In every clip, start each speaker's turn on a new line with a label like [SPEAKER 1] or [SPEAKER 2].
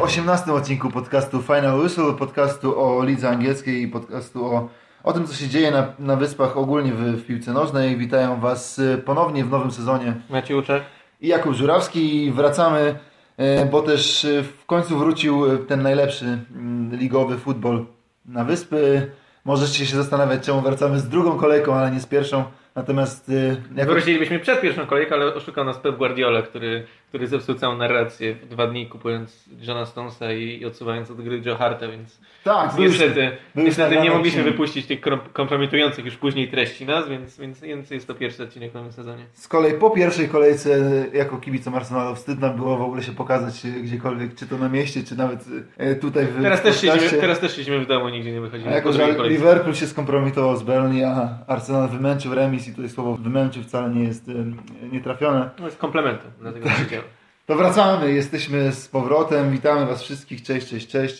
[SPEAKER 1] 18 odcinku podcastu Final Whistle, podcastu o lidze angielskiej i podcastu o tym, co się dzieje na Wyspach ogólnie w piłce nożnej. Witają Was ponownie w nowym sezonie
[SPEAKER 2] Maciej Łuczek
[SPEAKER 1] i Jakub Żurawski. Wracamy, bo też w końcu wrócił ten najlepszy ligowy futbol na Wyspy. Możecie się zastanawiać, czemu wracamy z drugą kolejką, ale nie z pierwszą. Natomiast
[SPEAKER 2] wrócilibyśmy przed pierwszą kolejką, ale oszukał nas Pep Guardiola, który zepsuł całą narrację w 2 dni, kupując Johna Stonesa i odsuwając od gry Joe Harta, więc
[SPEAKER 1] tak,
[SPEAKER 2] niestety nie mogliśmy wypuścić tych kompromitujących już później treści nas, więc jest to pierwszy odcinek w nowym sezonie.
[SPEAKER 1] Z kolei po pierwszej kolejce jako kibicom Arsenalu wstyd nam było w ogóle się pokazać gdziekolwiek, czy to na mieście, czy nawet tutaj w
[SPEAKER 2] Teraz też siedzimy w domu, nigdzie nie wychodzimy.
[SPEAKER 1] A jako, że Liverpool się skompromitował z Burnley, a Arsenal wymęczył remis i tutaj słowo wymęczył wcale nie jest nietrafione.
[SPEAKER 2] No jest komplementem, dlatego tak się działa.
[SPEAKER 1] To wracamy, jesteśmy z powrotem, witamy Was wszystkich, cześć.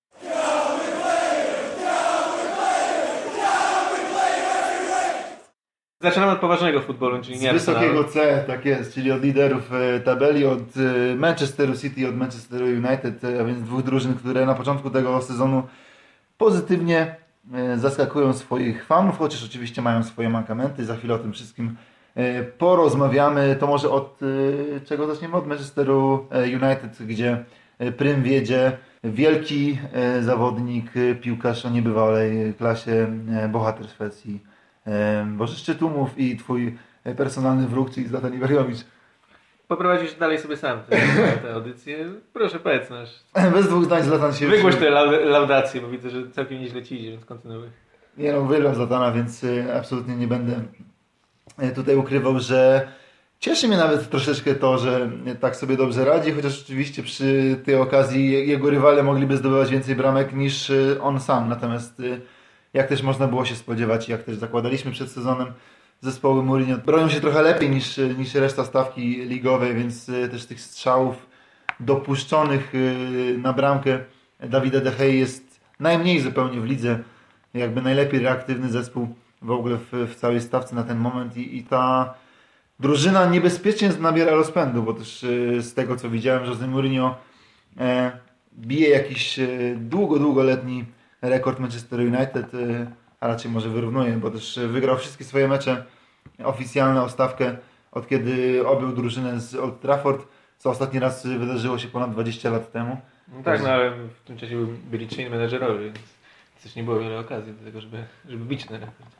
[SPEAKER 2] Zaczynamy od poważnego futbolu, czyli nie
[SPEAKER 1] z wysokiego C, tak jest, czyli od liderów tabeli, od Manchesteru City, od Manchesteru United, a więc dwóch drużyn, które na początku tego sezonu pozytywnie zaskakują swoich fanów, chociaż oczywiście mają swoje mankamenty. Za chwilę o tym wszystkim porozmawiamy. To może od czego zaczniemy? Od Manchesteru United, gdzie prym wiedzie wielki zawodnik, piłkarz o niebywałej klasie, bohater Szwecji, Boży Szczytumów i twój personalny wróg, czyli Zlatan Ibrahimowicz.
[SPEAKER 2] Poprowadzisz dalej sobie sam tę audycję. Proszę, powiedz nasz.
[SPEAKER 1] Bez dwóch zdań Zlatan się...
[SPEAKER 2] Wygłoś tę laudację, bo widzę, że całkiem nieźle ci idzie, więc kontynuuj.
[SPEAKER 1] Nie no, uwielbiam Zlatana, więc absolutnie nie będę tutaj ukrywał, że cieszy mnie nawet troszeczkę to, że tak sobie dobrze radzi, chociaż oczywiście przy tej okazji jego rywale mogliby zdobywać więcej bramek niż on sam. Natomiast jak też można było się spodziewać, jak też zakładaliśmy przed sezonem, zespoły Mourinho bronią się trochę lepiej niż reszta stawki ligowej, więc też tych strzałów dopuszczonych na bramkę Davida De Gea jest najmniej zupełnie w lidze. Jakby najlepiej reaktywny zespół w ogóle w całej stawce na ten moment i ta drużyna niebezpiecznie nabiera rozpędu, bo też z tego co widziałem, że Jose Mourinho bije jakiś długoletni rekord Manchester United, a raczej może wyrównuje, bo też wygrał wszystkie swoje mecze oficjalne o stawkę od kiedy objął drużynę z Old Trafford, co ostatni raz wydarzyło się ponad 20 lat temu.
[SPEAKER 2] No tak, no ale w tym czasie byli chain managerowie, więc też nie było wiele okazji do tego, żeby bić ten rekord.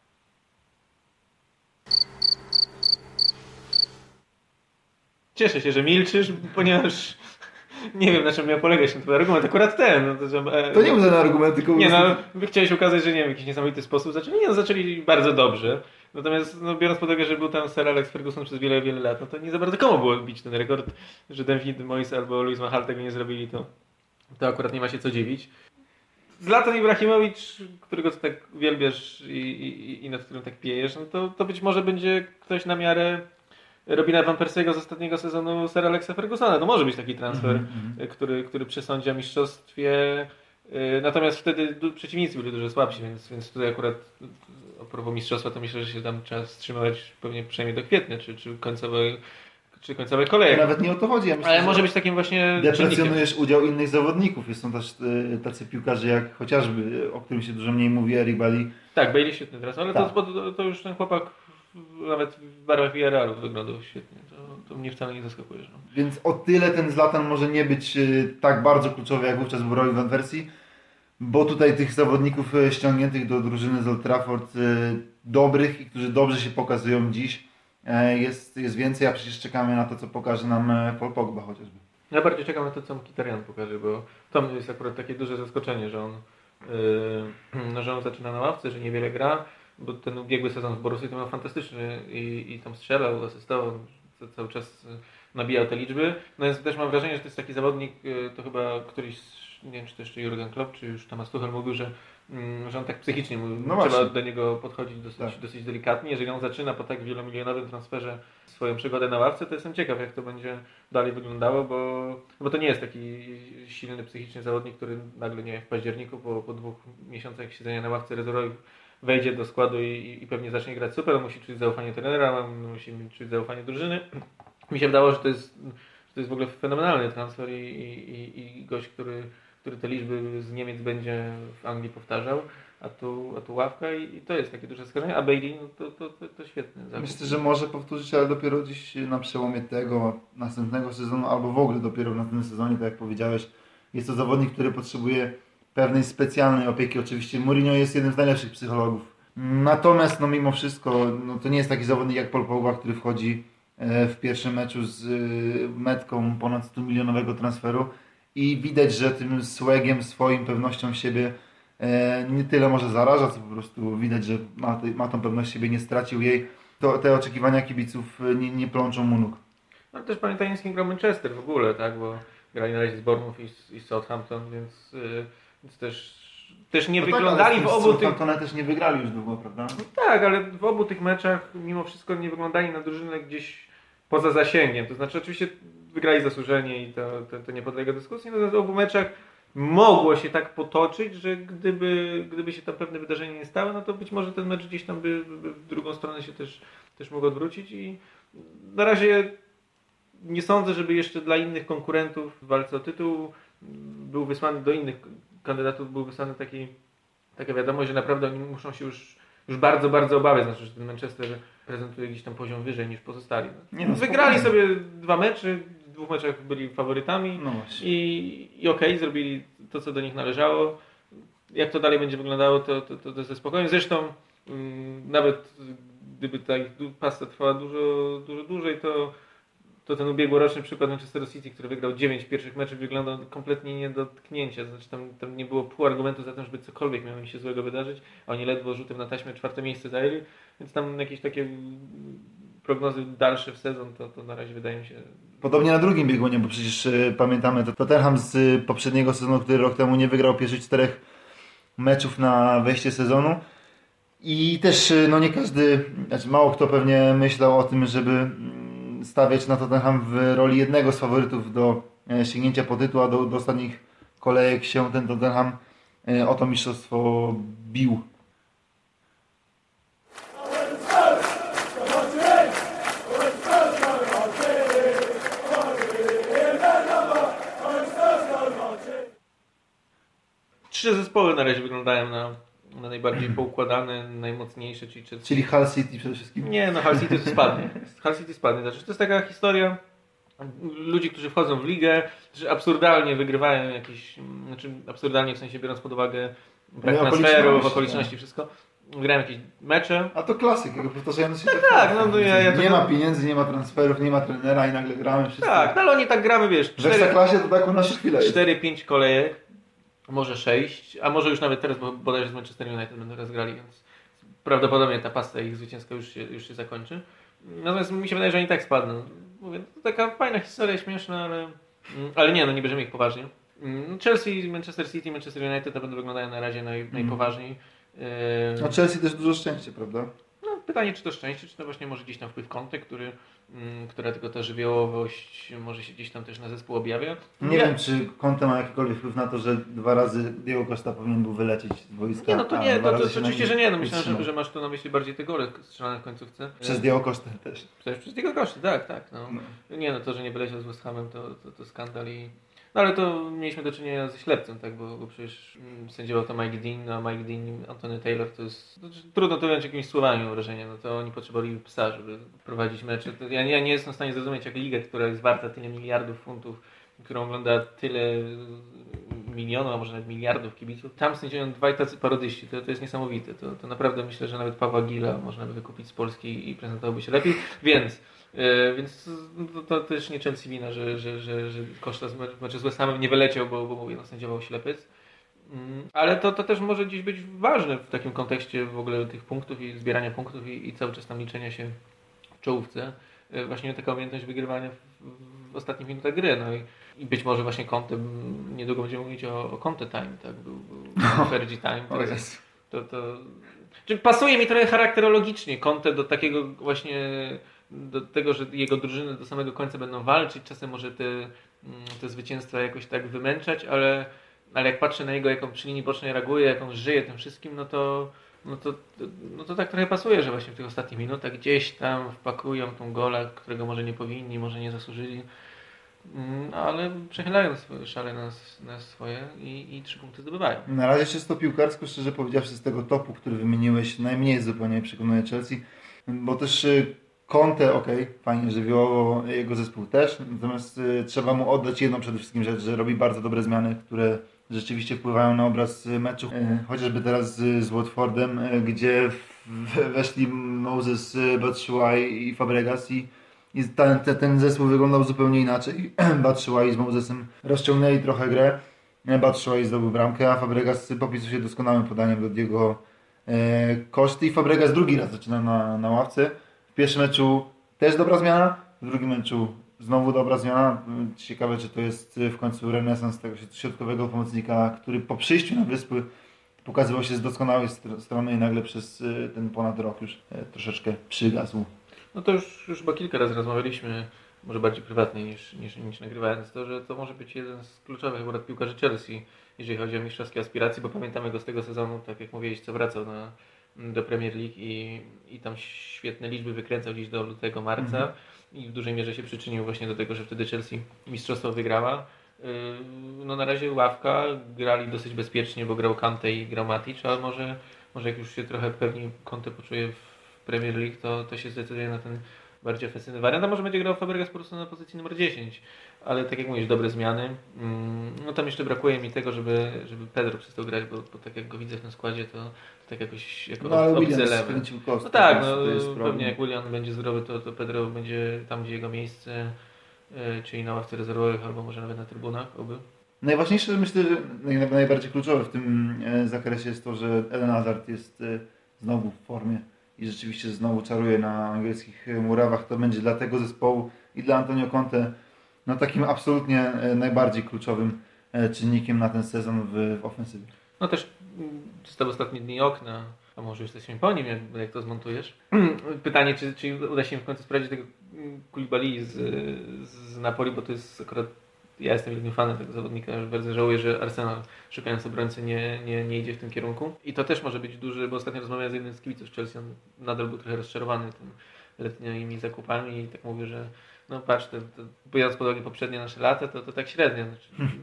[SPEAKER 2] Cieszę się, że milczysz, ponieważ nie wiem, na czym miał polegać ten twój argument. Akurat ten. No
[SPEAKER 1] to nie był ten argument, tylko...
[SPEAKER 2] Nie, no, chciałeś ukazać, że nie wiem, w jakiś niesamowity sposób zaczęli. Nie, no, zaczęli bardzo dobrze. Natomiast no, biorąc pod uwagę, że był tam Sir Alex Ferguson przez wiele lat, no to nie za bardzo komu było bić ten rekord, że David Moyes albo Louis van Gaal tego nie zrobili, to akurat nie ma się co dziwić. Zlatan Ibrahimowicz, którego ty tak wielbiasz i nad którym tak piejesz, no to być może będzie ktoś na miarę Robina Van Persiego z ostatniego sezonu Sir Alexa Fergusona. To może być taki transfer, który przesądzi o mistrzostwie. Natomiast wtedy przeciwnicy byli dużo słabsi, więc tutaj akurat a propos mistrzostwa, to myślę, że się tam trzeba wstrzymywać pewnie przynajmniej do kwietnia, czy końcowej kolejki.
[SPEAKER 1] Nawet nie o to chodzi. Ja myślę,
[SPEAKER 2] ale może być takim właśnie
[SPEAKER 1] deprecjonujesz udział innych zawodników. Są też tacy piłkarze jak chociażby, o którym się dużo mniej mówi, Eric Bailly.
[SPEAKER 2] Tak, Bailey świetny teraz, ale
[SPEAKER 1] tak.
[SPEAKER 2] To już ten chłopak nawet w barwach Villarrealu wyglądał świetnie. To mnie wcale nie zaskakuje. No.
[SPEAKER 1] Więc o tyle ten Zlatan może nie być tak bardzo kluczowy, jak wówczas był Roy van Persie, bo tutaj tych zawodników ściągniętych do drużyny z Old Trafford dobrych i którzy dobrze się pokazują dziś jest więcej, a przecież czekamy na to, co pokaże nam Paul Pogba chociażby.
[SPEAKER 2] Ja bardziej czekam na to, co Mkhitaryan pokaże, bo to jest akurat takie duże zaskoczenie, że on zaczyna na ławce, że niewiele gra, bo ten ubiegły sezon w Borussii to miał fantastyczny i tam strzelał, asystował, cały czas nabijał te liczby. No więc też mam wrażenie, że to jest taki zawodnik, to chyba któryś, nie wiem czy to jeszcze Jurgen Klopp, czy już Thomas Tuchel mówił, że on tak psychicznie trzeba do niego podchodzić dosyć delikatnie. Jeżeli on zaczyna po tak wielomilionowym transferze swoją przygodę na ławce, to jestem ciekaw, jak to będzie dalej wyglądało, bo to nie jest taki silny psychicznie zawodnik, który nagle, nie wiem, w październiku po 2 miesiącach siedzenia na ławce rezerwowej wejdzie do składu i pewnie zacznie grać super. On musi czuć zaufanie trenera, musi czuć zaufanie drużyny. Mi się wydało, że to jest to jest w ogóle fenomenalny transfer i gość, który te liczby z Niemiec będzie w Anglii powtarzał, a tu ławka i to jest takie duże zaskoczenie, a Bailey no to świetny zakup.
[SPEAKER 1] Myślę, że może powtórzyć, ale dopiero gdzieś na przełomie tego następnego sezonu, albo w ogóle dopiero w następnym sezonie, tak jak powiedziałeś. Jest to zawodnik, który potrzebuje pewnej specjalnej opieki. Oczywiście Mourinho jest jednym z najlepszych psychologów. Natomiast no mimo wszystko no to nie jest taki zawodnik jak Paul Pogba, który wchodzi w pierwszym meczu z metką ponad 100 milionowego transferu i widać, że tym swagiem, swoim pewnością siebie nie tyle może zaraża, co po prostu widać, że ma tą pewność siebie, nie stracił jej. Te oczekiwania kibiców nie plączą mu nóg.
[SPEAKER 2] No też pamiętaj, z kim grał Manchester w ogóle, tak, bo grali na razie z Bournemouth i Southampton, więc też nie wyglądali w obu tych...
[SPEAKER 1] Southamptona też nie wygrali już długo, prawda?
[SPEAKER 2] No tak, ale w obu tych meczach mimo wszystko nie wyglądali na drużynę gdzieś poza zasięgiem. To znaczy oczywiście wygrali zasłużenie i to nie podlega dyskusji, natomiast w obu meczach mogło się tak potoczyć, że gdyby się tam pewne wydarzenia nie stały, no to być może ten mecz gdzieś tam by w drugą stronę się też mógł odwrócić i na razie nie sądzę, żeby jeszcze dla innych konkurentów w walce o tytuł był wysłany do innych kandydatów, był wysłany taka wiadomość, że naprawdę oni muszą się już bardzo, bardzo obawiać, znaczy, że ten Manchester prezentuje jakiś tam poziom wyżej niż pozostali. Wygrali sobie 2 mecze, w 2 meczach byli faworytami i okej, zrobili to, co do nich należało. Jak to dalej będzie wyglądało, to ze spokojem. Zresztą nawet gdyby ta ich pasta trwała dużo dłużej, to ten ubiegłoroczny przykład Manchester City, który wygrał 9 pierwszych meczów, wyglądał kompletnie nie do tknięcia. Znaczy tam nie było pół argumentu za tym, żeby cokolwiek miało im się złego wydarzyć, a oni ledwo rzutem na taśmę 4. miejsce zajęli, więc tam jakieś takie prognozy dalsze w sezon, to na razie wydaje mi się...
[SPEAKER 1] Podobnie na drugim biegunie, bo przecież pamiętamy Tottenham z poprzedniego sezonu, który rok temu nie wygrał pierwszych 4 meczów na wejście sezonu. I też no nie każdy, znaczy mało kto pewnie myślał o tym, żeby stawiać na Tottenham w roli jednego z faworytów do sięgnięcia po tytuł, a do ostatnich kolejek się ten Tottenham o to mistrzostwo bił.
[SPEAKER 2] Trzy zespoły na razie wyglądają na najbardziej poukładane, najmocniejsze,
[SPEAKER 1] czyli Hull City przede wszystkim.
[SPEAKER 2] Nie, no Hull City to spadnie. Hull City spadnie. Znaczy, to jest taka historia ludzi, którzy wchodzą w ligę, że absurdalnie wygrywają jakieś, znaczy absurdalnie w sensie biorąc pod uwagę brak transferów, okoliczności, wszystko. Wygrają jakieś mecze.
[SPEAKER 1] A to klasyk, jego powtarzający się.
[SPEAKER 2] Tak,
[SPEAKER 1] nie ma pieniędzy, nie ma transferów, nie ma trenera i nagle gramy wszystko.
[SPEAKER 2] Tak, no ale oni tak gramy, wiesz.
[SPEAKER 1] W Ekstraklasie to tak u nas chwilę
[SPEAKER 2] 4-5 kolejek, może 6, a może już nawet teraz, bo bodajże z Manchester United będą teraz grali, więc prawdopodobnie ta pasta ich zwycięska już się zakończy. Natomiast mi się wydaje, że oni tak spadną. Mówię, to taka fajna historia, śmieszna, ale nie, no nie bierzemy ich poważnie. Chelsea, Manchester City, Manchester United to będą wyglądają na razie najpoważniej.
[SPEAKER 1] A Chelsea też dużo szczęścia, prawda?
[SPEAKER 2] No, pytanie, czy to szczęście, czy to właśnie może gdzieś tam wpływ Conte, która tylko ta żywiołowość może się gdzieś tam też na zespół objawia.
[SPEAKER 1] Nie wiem, czy Conte ma jakikolwiek wpływ na to, że 2 razy Diego Costa powinien był wylecieć z boiska.
[SPEAKER 2] Nie, no to nie, to oczywiście, że nie. No myślałem, że masz tu na myśli bardziej te gole strzelane w końcówce.
[SPEAKER 1] Przez Diego Costę też.
[SPEAKER 2] Przez Diego Costę, tak. No. Nie, no to, że nie wyleciał z West Hamem, to skandal i... No ale to mieliśmy do czynienia ze ślepcem, tak, bo przecież sędziował to Mike Dean, a Mike Dean, Anthony Taylor to jest... trudno to wziąć jakimiś słowami wrażenie, no to oni potrzebowali psa, żeby prowadzić mecze. Ja nie jestem w stanie zrozumieć, jak ligę, która jest warta tyle miliardów funtów, którą ogląda tyle milionów, a może nawet miliardów kibiców, tam sędziują 2 tacy parodyści, to jest niesamowite. To naprawdę myślę, że nawet Pawła Gila można by wykupić z Polski i prezentowałby się lepiej, więc to też nie Chelsea wina, że Costa z meczu z West Hamem nie wyleciał, bo mówię, no sędziował ślepiec. Ale to też może gdzieś być ważne w takim kontekście w ogóle tych punktów i zbierania punktów i cały czas tam liczenia się w czołówce. Właśnie taka umiejętność wygrywania w ostatnich minutach gry. No i być może właśnie Conte, niedługo będziemy mówić o Conte Time, tak? Był Fergie Time. Czyli pasuje mi trochę charakterologicznie Conte do takiego właśnie, do tego, że jego drużyny do samego końca będą walczyć, czasem może te zwycięstwa jakoś tak wymęczać, ale jak patrzę na jego, jak on przy linii bocznej reaguje, jak on żyje tym wszystkim, no to tak trochę pasuje, że właśnie w tych ostatnich minutach gdzieś tam wpakują tą gola, którego może nie powinni, może nie zasłużyli. Ale przechylają szale na swoje i 3 punkty zdobywają.
[SPEAKER 1] Na razie czysto piłkarsko, szczerze powiedziawszy, z tego topu, który wymieniłeś, najmniej zupełnie przekonuje Chelsea, bo też Conte, fajnie żywiołowo, jego zespół też, natomiast trzeba mu oddać jedną przede wszystkim rzecz, że robi bardzo dobre zmiany, które rzeczywiście wpływają na obraz meczu. Chociażby teraz z Watfordem, gdzie weszli Moses, Batshuayi i Fabregas i ten zespół wyglądał zupełnie inaczej. Batshuayi z Mosesem rozciągnęli trochę grę. Batshuayi zdobył bramkę, a Fabregas popisał się doskonałym podaniem do Diego Costa i Fabregas drugi raz zaczyna na ławce. W pierwszym meczu też dobra zmiana, w drugim meczu znowu dobra zmiana. Ciekawe, czy to jest w końcu renesans tego środkowego pomocnika, który po przyjściu na wyspy pokazywał się z doskonałej strony i nagle przez ten ponad rok już troszeczkę przygasł.
[SPEAKER 2] No to już chyba kilka razy rozmawialiśmy, może bardziej prywatnie niż nagrywając to, że to może być jeden z kluczowych akurat piłkarzy Chelsea, jeżeli chodzi o mistrzowskie aspiracje, bo pamiętamy go z tego sezonu, tak jak mówiłeś, co wracał do Premier League i tam świetne liczby wykręcał gdzieś do lutego, marca i w dużej mierze się przyczynił właśnie do tego, że wtedy Chelsea mistrzostwo wygrała. No na razie ławka, grali dosyć bezpiecznie, bo grał Kante i grał Matic, ale może jak już się trochę pewnie Conte poczuje w Premier League, to się zdecyduje na ten bardziej ofensywny wariant, a może będzie grał Fabregas po prostu na pozycji numer 10, ale tak jak mówisz, dobre zmiany. No tam jeszcze brakuje mi tego, żeby Pedro przestał grać, bo tak jak go widzę w tym składzie, to tak jakoś jako
[SPEAKER 1] ale
[SPEAKER 2] obcy element. No tak, pewnie jak Willian będzie zdrowy, to Pedro będzie tam, gdzie jego miejsce, czyli na ławce rezerwowych, albo może nawet na trybunach, oby.
[SPEAKER 1] Najważniejsze, myślę, że najbardziej kluczowe w tym zakresie jest to, że Eden Hazard jest znowu w formie i rzeczywiście znowu czaruje na angielskich murawach. To będzie dla tego zespołu i dla Antonio Conte takim absolutnie najbardziej kluczowym czynnikiem na ten sezon w ofensywie.
[SPEAKER 2] No też zostały ostatnie dni okna, a może już jesteśmy po nim, jak to zmontujesz. Pytanie, czy uda się w końcu sprawdzić tego Koulibaly z Napoli, bo to jest akurat, ja jestem wielkim fanem tego zawodnika, bardzo żałuję, że Arsenal szukając obrońcy nie idzie w tym kierunku. I to też może być duży, bo ostatnio rozmawiałem z jednym z kibiców Chelsea, on nadal był trochę rozczarowany tym letnimi zakupami i tak mówię, że no patrz, biorąc pod uwagę poprzednie nasze lata, to tak średnio. Znaczy,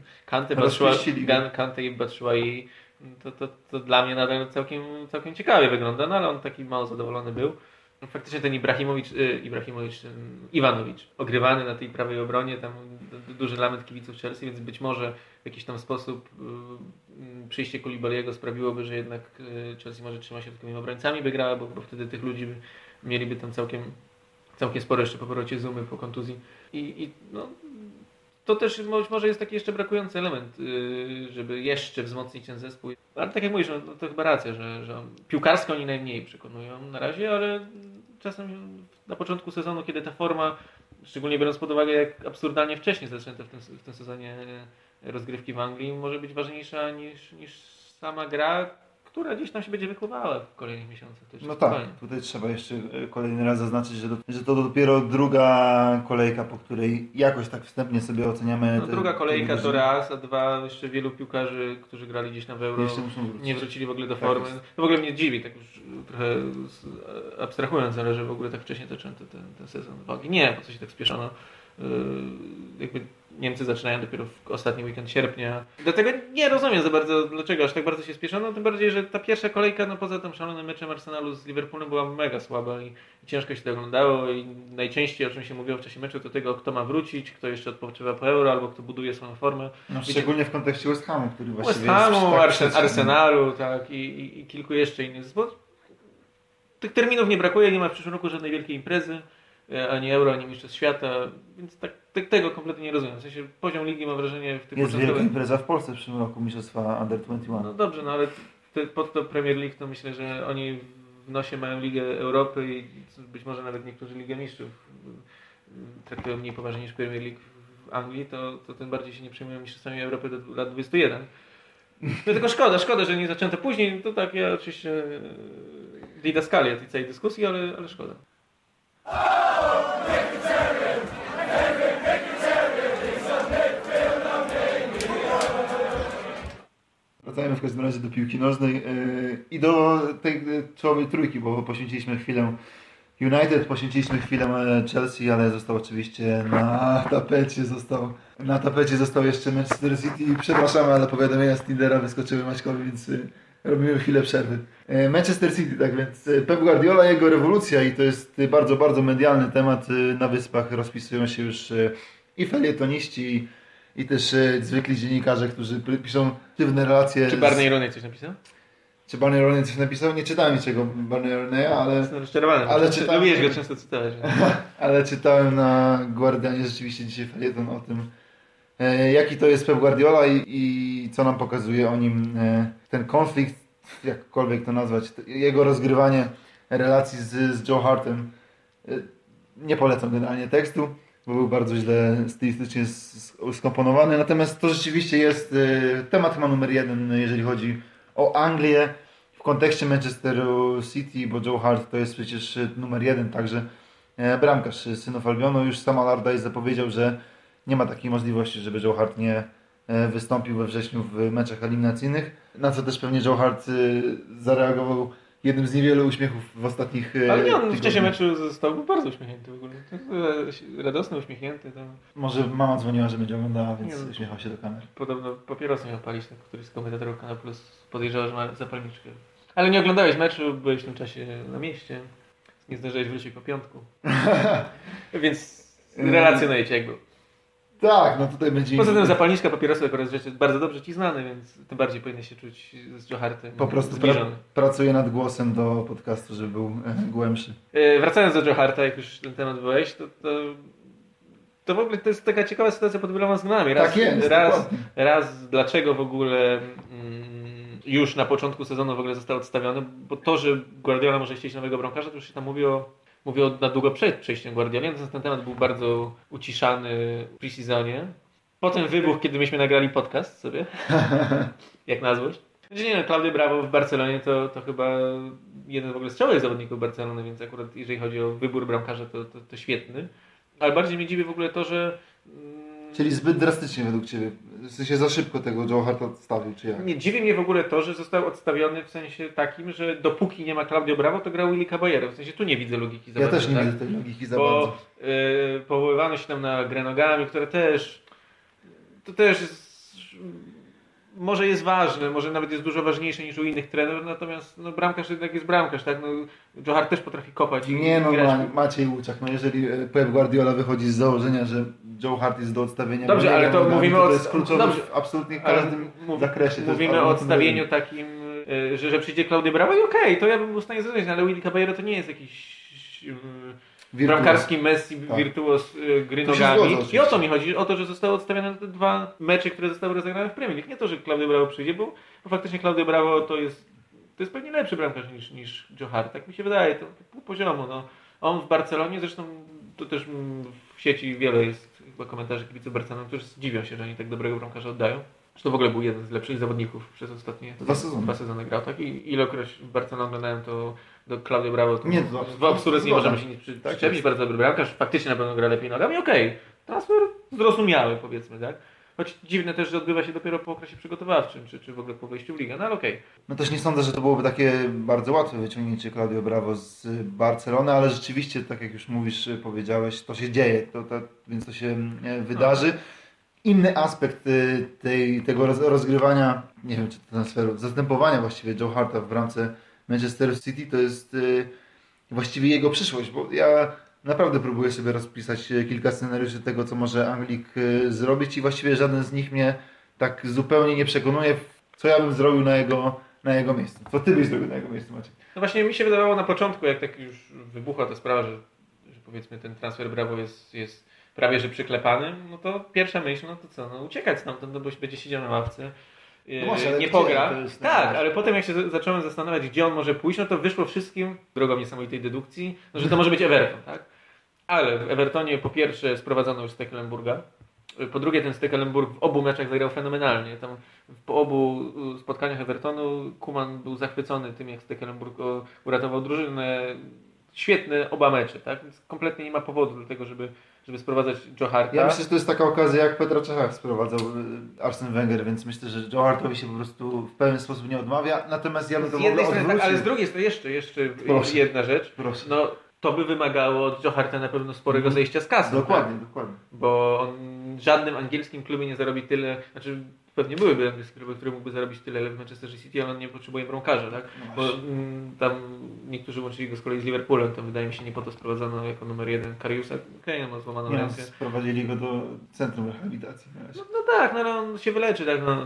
[SPEAKER 2] Kante i Batshuayi to dla mnie nadal całkiem ciekawie wygląda, no ale on taki mało zadowolony był. Faktycznie ten Iwanowicz ogrywany na tej prawej obronie, tam duży lament kibiców Chelsea, więc być może w jakiś tam sposób przyjście Koulibaly'ego sprawiłoby, że jednak Chelsea może trzyma się takimi obrońcami by grała, bo wtedy tych ludzi mieliby tam całkiem sporo jeszcze po powrocie Zumy, po kontuzji. No, to też może jest taki jeszcze brakujący element, żeby jeszcze wzmocnić ten zespół. Ale tak jak mówisz, no to chyba racja, że piłkarsko oni najmniej przekonują na razie, ale czasem na początku sezonu, kiedy ta forma, szczególnie biorąc pod uwagę, jak absurdalnie wcześniej zaczęte w tym sezonie rozgrywki w Anglii, może być ważniejsza niż sama gra, która gdzieś tam się będzie wychowała w kolejnych miesiącach.
[SPEAKER 1] No tak, tutaj trzeba jeszcze kolejny raz zaznaczyć, że to dopiero druga kolejka, po której jakoś tak wstępnie sobie oceniamy.
[SPEAKER 2] No, druga kolejka to raz, a dwa jeszcze wielu piłkarzy, którzy grali gdzieś na Euro, nie wrócili w ogóle do formy. To w ogóle mnie dziwi, tak już trochę abstrahując, ale że w ogóle tak wcześnie zaczęto ten sezon wagi. Nie, po co się tak spieszono. Jakby Niemcy zaczynają dopiero w ostatni weekend sierpnia. Dlatego nie rozumiem za bardzo, dlaczego aż tak bardzo się spieszono, tym bardziej, że ta pierwsza kolejka, no poza tym szalonym meczem Arsenalu z Liverpoolem była mega słaba i ciężko się to oglądało i najczęściej, o czym się mówiło w czasie meczu, to tego, kto ma wrócić, kto jeszcze odpoczywa po Euro, albo kto buduje swoją formę.
[SPEAKER 1] No, szczególnie w kontekście West Hamu, który właściwie
[SPEAKER 2] West Hamu, Arsenalu, tak, i kilku jeszcze innych zespołów. Tych terminów nie brakuje, nie ma w przyszłym roku żadnej wielkiej imprezy, ani Euro, ani Mistrzostw Świata, więc tego kompletnie nie rozumiem. W sensie poziom ligi, mam wrażenie, w tych
[SPEAKER 1] jest wielka impreza w Polsce w przyszłym roku, Mistrzostwa Under 21.
[SPEAKER 2] No dobrze, no ale pod to Premier League to myślę, że oni w nosie mają Ligę Europy i być może nawet niektórzy Ligę Mistrzów traktują mniej poważnie niż Premier League w Anglii, to tym bardziej się nie przejmują Mistrzostwami Europy do lat 21. No tylko szkoda, że nie zaczęto później. To tak, ja oczywiście didaskalia tej całej dyskusji, ale szkoda.
[SPEAKER 1] Wracajmy w każdym razie do piłki nożnej i do tej czołowej trójki, bo poświęciliśmy chwilę United, poświęciliśmy chwilę Chelsea, ale został oczywiście na tapecie został jeszcze Manchester City. Przepraszamy, ale powiadomienia z Tindera wyskoczyły Maćkowi, więc robimy chwilę przerwy. Manchester City, tak więc Pep Guardiola, jego rewolucja i to jest bardzo, bardzo medialny temat. Na Wyspach rozpisują się już i felietoniści i też zwykli dziennikarze, którzy piszą dziwne relacje.
[SPEAKER 2] Czy Barney Rooney coś napisał?
[SPEAKER 1] Czy Barney Rooney coś napisał? Nie czytałem niczego Barney Rooney'a, ale...
[SPEAKER 2] Jestem rozczarowany, lubiłeś go często cytować.
[SPEAKER 1] Ale czytałem na Guardianie rzeczywiście dzisiaj felieton o tym, jaki to jest Pep Guardiola i co nam pokazuje o nim ten konflikt, jakkolwiek to nazwać, jego rozgrywanie relacji z Joe Hartem. Nie polecam generalnie tekstu, bo był bardzo źle stylistycznie skomponowany, natomiast to rzeczywiście jest temat chyba numer 1, jeżeli chodzi o Anglię w kontekście Manchesteru City, bo Joe Hart to jest przecież numer 1, także bramkarz synów Albionu. Już sam Allardyce zapowiedział, że nie ma takiej możliwości, żeby Joe Hart nie wystąpił we wrześniu w meczach eliminacyjnych, na co też pewnie Joe Hart zareagował jednym z niewielu uśmiechów w ostatnich
[SPEAKER 2] ale nie, on w czasie meczu był bardzo uśmiechnięty w ogóle. Radosny, uśmiechnięty. Tam.
[SPEAKER 1] Może mama dzwoniła, że będzie oglądała, więc uśmiechał się do kamery.
[SPEAKER 2] Podobno papierosy miał palić, tak, któryś z komentatorów Kanal Plus podejrzewał, że ma zapalniczkę. Ale nie oglądałeś meczu, byłeś w tym czasie na mieście, nie zdążyłeś wrócić po piątku. Więc relacjonuję cię jak był.
[SPEAKER 1] Tak, no tutaj będzie...
[SPEAKER 2] Poza tym zapalniczka, papierosy akurat rzeczy bardzo dobrze ci znane, więc tym bardziej powinien się czuć z Joe Hartem
[SPEAKER 1] po prostu pracuję nad głosem do podcastu, żeby był głębszy.
[SPEAKER 2] Wracając do Joe Harta, jak już ten temat byłeś, to w ogóle to jest taka ciekawa sytuacja pod wieloma względami. Raz dlaczego w ogóle już na początku sezonu w ogóle został odstawiony, bo to, że Guardiola może chcieć nowego bramkarza, to już się tam mówiło na długo przed przejściem Guardioli, natomiast ten temat był bardzo uciszany w pre-seasonie. Potem wybuch, kiedy myśmy nagrali podcast sobie, jak na złość. Znaczy nie, Claudio Bravo w Barcelonie to chyba jeden w ogóle z czołowych zawodników Barcelony, więc akurat jeżeli chodzi o wybór bramkarza, to świetny. Ale bardziej mnie dziwi w ogóle to, że...
[SPEAKER 1] Czyli zbyt drastycznie według Ciebie? W sensie za szybko tego Joe Harta odstawił, czy jak?
[SPEAKER 2] Nie, dziwi mnie w ogóle to, że został odstawiony w sensie takim, że dopóki nie ma Claudio Bravo, to grał Willy Caballero. W sensie tu nie widzę logiki za bardzo.
[SPEAKER 1] Ja też nie widzę tej logiki za bardzo.
[SPEAKER 2] Powoływano się tam na Grenogami, które też... To też jest... Może jest ważne, może nawet jest dużo ważniejsze niż u innych trenerów, natomiast bramkarz jednak jest bramkarz, tak? Joe Hart też potrafi kopać.
[SPEAKER 1] Maciej Łuczak, jeżeli Pep Guardiola wychodzi z założenia, że Joe Hart jest do odstawienia...
[SPEAKER 2] Dobrze, ale to mówimy
[SPEAKER 1] to jest kluczowe w absolutnie każdym zakresie.
[SPEAKER 2] Mówimy o odstawieniu takim, że przyjdzie Claudio Bravo i okej, to ja bym był w stanie zrozumieć, ale Willy Caballero to nie jest jakiś... bramkarski Messi, tak. Wirtuos gry nogami. I o to mi chodzi, o to, że zostały odstawione te 2 mecze, które zostały rozegrane w Premier League. Nie to, że Claudio Bravo przyjdzie, bo faktycznie Claudio Bravo to jest pewnie lepszy bramkarz niż Joe Hart. Tak mi się wydaje, to pół poziomu. No. On w Barcelonie, zresztą to też w sieci wiele jest chyba komentarzy kibiców Barcelony, którzy dziwią się, że oni tak dobrego bramkarza oddają. Że to w ogóle był jeden z lepszych zawodników przez ostatnie 2 sezony grał. Tak? I ilekroć w Barcelonie oglądałem to do Claudio Bravo, to w absolutnie nie możemy się nic przyczepić. Bardzo dobry bramkarz, faktycznie na pewno gra lepiej nogami. Okej, transfer zrozumiały, powiedzmy, tak? Choć dziwne też, że odbywa się dopiero po okresie przygotowawczym, czy w ogóle po wejściu w ligę, no ale okej.
[SPEAKER 1] No też nie sądzę, że to byłoby takie bardzo łatwe wyciągnięcie Claudio Bravo z Barcelony, ale rzeczywiście, tak jak już mówisz, powiedziałeś, to się dzieje, więc to się wydarzy. Inny aspekt tego rozgrywania, nie wiem czy to transferu, zastępowania właściwie Joe Harta w bramce Manchester City to jest właściwie jego przyszłość, bo ja naprawdę próbuję sobie rozpisać kilka scenariuszy tego, co może Anglik zrobić i właściwie żaden z nich mnie tak zupełnie nie przekonuje, co ja bym zrobił na jego miejscu. Co ty byś zrobił na jego miejscu, Maciek?
[SPEAKER 2] No właśnie mi się wydawało na początku, jak tak już wybuchła ta sprawa, że powiedzmy ten transfer Bravo jest prawie że przyklepany, no to pierwsza myśl, no to co, no uciekać stamtąd, no bo będzie siedział na ławce. Nie pogra. Tak, ale potem jak się zacząłem zastanawiać, gdzie on może pójść, no to wyszło wszystkim drogą niesamowitej dedukcji, no, że to może być Everton, tak? Ale w Evertonie po pierwsze sprowadzono już Stekelenburga, po drugie ten Stekelenburg w obu meczach zagrał fenomenalnie. Tam po obu spotkaniach Evertonu Koeman był zachwycony tym, jak Stekelenburg uratował drużynę. Świetne oba mecze, tak? Więc kompletnie nie ma powodu do tego, żeby sprowadzać Joe Harta.
[SPEAKER 1] Ja myślę, że to jest taka okazja, jak Petra Czechach sprowadzał Arsene Wenger, więc myślę, że Joe Hartowi się po prostu w pewien sposób nie odmawia. Natomiast ja bym to w ogóle odwrócił.
[SPEAKER 2] Ale z drugiej strony jeszcze jedna rzecz.
[SPEAKER 1] Proszę.
[SPEAKER 2] No, to by wymagało od Joe Harta na pewno sporego zejścia z kasy.
[SPEAKER 1] Dokładnie,
[SPEAKER 2] tak?
[SPEAKER 1] dokładnie.
[SPEAKER 2] Bo on w żadnym angielskim klubie nie zarobi tyle, znaczy pewnie byłyby angielskie kluby, które mógłby zarobić tyle, ile w Manchester City, ale on nie potrzebuje bramkarza, tak?
[SPEAKER 1] No
[SPEAKER 2] Bo tam niektórzy łączyli go z kolei z Liverpoolem, to wydaje mi się nie po to sprowadzono jako numer 1 Kariusa. Okej, ma złamaną
[SPEAKER 1] Nie,
[SPEAKER 2] rękę.
[SPEAKER 1] sprowadzili go do centrum rehabilitacji.
[SPEAKER 2] No tak, no ale on się wyleczy, tak? No,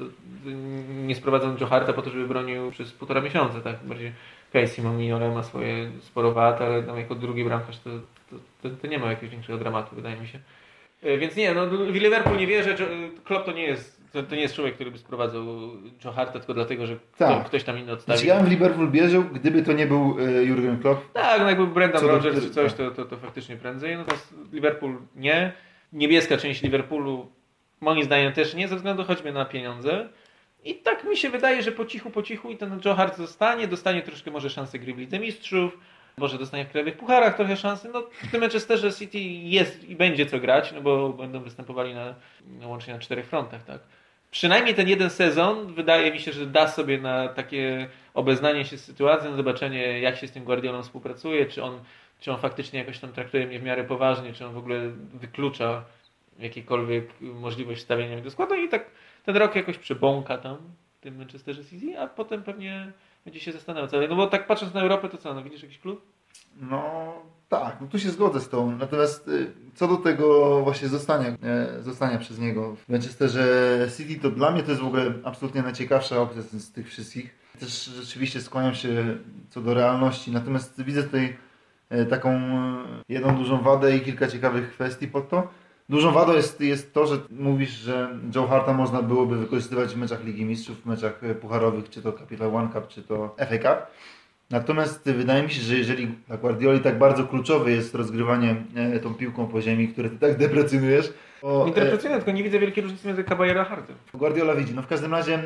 [SPEAKER 2] nie sprowadzą Joe Harta po to, żeby bronił przez 1,5 miesiąca, tak? Bardziej Simon Mignolet ma swoje sporo wad, ale tam jako drugi bramkarz to nie ma jakiegoś większego dramatu, wydaje mi się. Więc nie, no w Liverpool nie wierzę, Klopp to nie jest człowiek, który by sprowadzał Joe Harta tylko dlatego, że ktoś tam inny odstawi.
[SPEAKER 1] Znaczy, ja bym w Liverpool wierzył, gdyby to nie był Jurgen Klopp.
[SPEAKER 2] Tak, no jakby Brendan Rodgers czy coś, to faktycznie prędzej. Natomiast Liverpool nie. Niebieska część Liverpoolu moim zdaniem też nie, ze względu choćby na pieniądze. I tak mi się wydaje, że po cichu i ten Joe Hart dostanie troszkę może szansę gry w Lidze Mistrzów, może dostanie w krajowych pucharach trochę szansy. No w tym Manchesterze City jest i będzie co grać, no bo będą występowali łącznie na 4 frontach, tak. Przynajmniej ten jeden sezon wydaje mi się, że da sobie na takie obeznanie się z sytuacją, zobaczenie jak się z tym Guardiolą współpracuje, czy on faktycznie jakoś tam traktuje mnie w miarę poważnie, czy on w ogóle wyklucza jakiekolwiek możliwość stawiania mnie do składu i tak ten rok jakoś przebąka tam w tym Manchesterze City, a potem pewnie będzie się zastanawiał. No bo tak patrząc na Europę, to co, no widzisz jakiś klub?
[SPEAKER 1] No tak, no tu się zgodzę z tą. Natomiast co do tego właśnie zostania przez niego w Manchesterze City, to dla mnie to jest w ogóle absolutnie najciekawsza opcja z tych wszystkich. Też rzeczywiście skłaniam się co do realności, natomiast widzę tutaj taką jedną dużą wadę i kilka ciekawych kwestii pod to. Dużą wadą jest to, że mówisz, że Joe Harta można byłoby wykorzystywać w meczach Ligi Mistrzów, w meczach pucharowych, czy to Capital One Cup, czy to FA Cup. Natomiast wydaje mi się, że jeżeli dla Guardioli tak bardzo kluczowe jest rozgrywanie tą piłką po ziemi, które ty tak deprecjonujesz...
[SPEAKER 2] Interpretuję, tylko nie widzę wielkiej różnicy między Caballero a Hartem.
[SPEAKER 1] Guardiola widzi, no w każdym razie...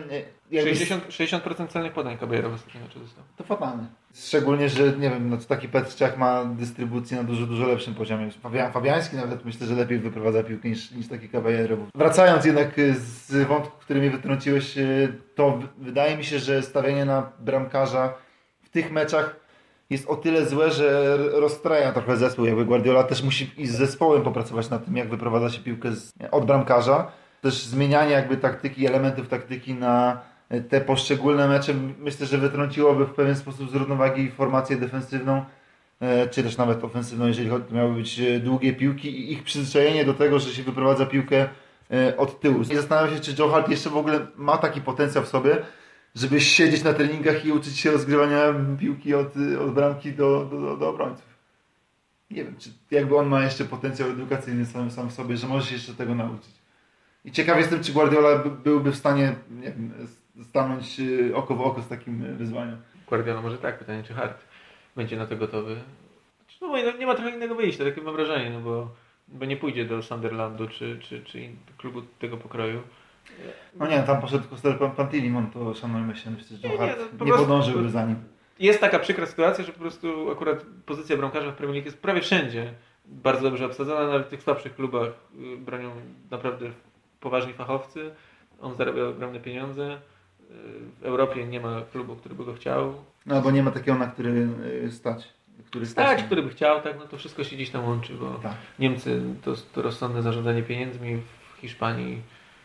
[SPEAKER 2] 60% celnych podań Caballero w ostatnim meczu został.
[SPEAKER 1] To fatalne. Szczególnie, że nie wiem, no to taki Petr Cech ma dystrybucję na dużo lepszym poziomie. Fabiański nawet myślę, że lepiej wyprowadza piłkę niż taki Caballero. Wracając jednak z wątku, który mnie wytrąciłeś, to wydaje mi się, że stawianie na bramkarza w tych meczach jest o tyle złe, że rozstraja trochę zespół. Jakby Guardiola też musi i z zespołem popracować nad tym, jak wyprowadza się piłkę od bramkarza. Też zmienianie jakby taktyki, elementów taktyki na te poszczególne mecze myślę, że wytrąciłoby w pewien sposób z równowagi formację defensywną, czy też nawet ofensywną, jeżeli miały być długie piłki i ich przyzwyczajenie do tego, że się wyprowadza piłkę od tyłu. I zastanawiam się, czy Joe Hart jeszcze w ogóle ma taki potencjał w sobie, żeby siedzieć na treningach i uczyć się rozgrywania piłki od bramki do obrońców. Nie wiem, czy jakby on ma jeszcze potencjał edukacyjny sam w sobie, że może się jeszcze tego nauczyć. I ciekaw jestem, czy Guardiola byłby w stanie, nie wiem, stanąć oko w oko z takim wyzwaniem.
[SPEAKER 2] Guardiola może tak, pytanie czy Hart będzie na to gotowy. No nie ma trochę innego wyjścia, takie mam wrażenie, no bo nie pójdzie do Sunderlandu czy klubu tego pokroju.
[SPEAKER 1] No nie, tam poszedł Kostel Pantilimon, to szanujmy się, myślę, że Hart
[SPEAKER 2] no,
[SPEAKER 1] nie podążyłby za nim.
[SPEAKER 2] Jest taka przykra sytuacja, że po prostu akurat pozycja bramkarza w Premier League jest prawie wszędzie bardzo dobrze obsadzona, nawet w tych słabszych klubach bronią naprawdę poważni fachowcy, on zarabia ogromne pieniądze, w Europie nie ma klubu, który by go chciał.
[SPEAKER 1] No bo nie ma takiego, na który stać.
[SPEAKER 2] Który by chciał, tak, no to wszystko się gdzieś tam łączy, bo
[SPEAKER 1] tak.
[SPEAKER 2] Niemcy to rozsądne zarządzanie pieniędzmi, w Hiszpanii